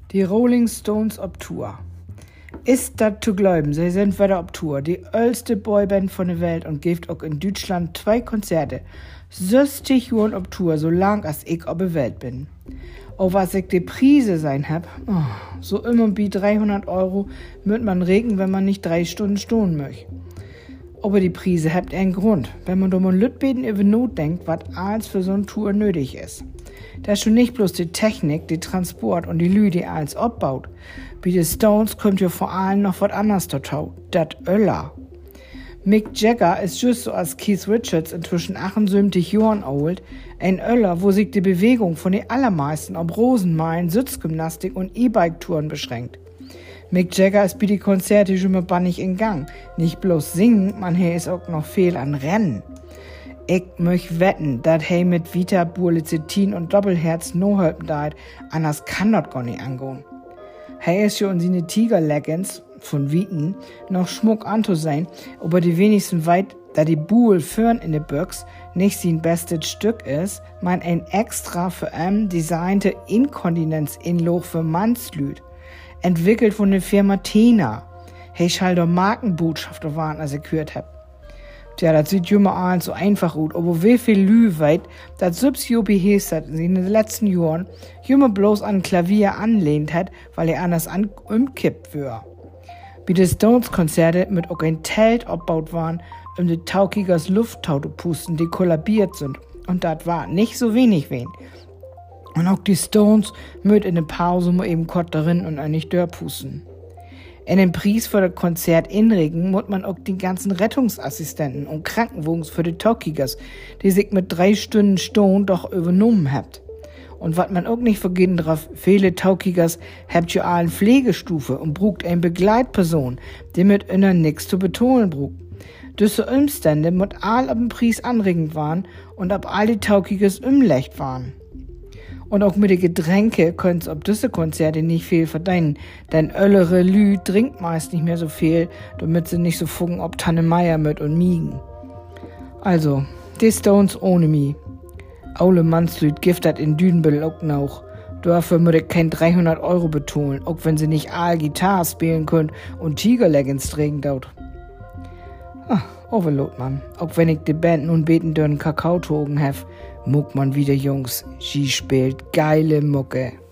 Die Rolling Stones op Tour. Ist das zu glauben, sie sind wieder op Tour. Die älteste Boyband von der Welt und gibt auch in Deutschland 2 Konzerte. 60 Jahren op Tour, so lang als ich auf der Welt bin. Auch was ich die Preise sein hab, so immer wie 300 € müsst man regen, wenn man nicht 3 Stunden stehen möchte. Aber die Preise habt einen Grund, wenn man um Lütbeten über Not denkt, was alles für so eine Tour nötig ist. Da ist schon nicht bloß die Technik, die Transport und die Lü, die alles abbaut. Wie die Stones kommt ja vor allem noch was anderes dazu, das Öller. Mick Jagger ist just so als Keith Richards inzwischen 78 Jahren alt, ein Öller, wo sich die Bewegung von den allermeisten auf Rosenmalen, Sitzgymnastik und E-Bike-Touren beschränkt. Mick Jagger ist bei die Konzerte schon mal bannig in Gang. Nicht bloß singen, man hier ist auch noch viel an Rennen. Ich möcht wetten, dass he mit Vita, Burlicetin und Doppelherz no helpen deit, anders kann das gar nicht angehen. He ist schon in seine Tiger-Leggings von Wieten noch Schmuck anto sein, aber die wenigsten weit, da die Buhl fürn in de Büchs nicht sein bestes Stück ist, man ein extra für designte Inkontinenz-Inloch für Mannslüd. Entwickelt von der Firma Tena. He schall doch Markenbotschafter waren, als ich gehört hab. Tja, das sieht jümmer an so einfach gut, aber wie viel Lü weit, das selbst Jobi Hees hat in den letzten Jahren jümmer bloß an Klavier anlehnt hat, weil er anders umkippt wär. Wie die Stones-Konzerte mit auch ein Zelt abbaut waren, die Taukigers Lufttau zu pusten, die kollabiert sind. Und das war nicht so wenig wen. Und auch die Stones mit in der Pause mal eben kurz darin und ein nicht dörpusten. In den Preis für das Konzert inregen muss man auch die ganzen Rettungsassistenten und Krankenwagens für die Taukigers, die sich mit 3 Stunden Stone doch übernommen habt. Und wat man auch nicht vergessen drauf, viele Taukigers habt ja allen Pflegestufe und brugt eine Begleitperson, die mit inner nix zu betonen brugt. Diese Umstände muss all ab dem Preis anregend waren und ab all die Taukigers umlecht waren. Und auch mit den Getränke könnt's ob diese Konzerte nicht viel verdienen, denn öllere Lü trinkt meist nicht mehr so viel, damit sie nicht so fucken ob Tanne Meier mit und miegen. Also, die Stones ohne mi. Aule Mannslüd gift dat in Düdenbüttel auch noch. Dafür muss ich kein 300 € betonen, auch wenn sie nicht all Gitarre spielen könnt und Tiger-Leggings tragen dort. Overload man. Auch wenn ich die Band nun beten dürren Kakao togen hef, muck man wieder Jungs. Sie spielt geile Mucke.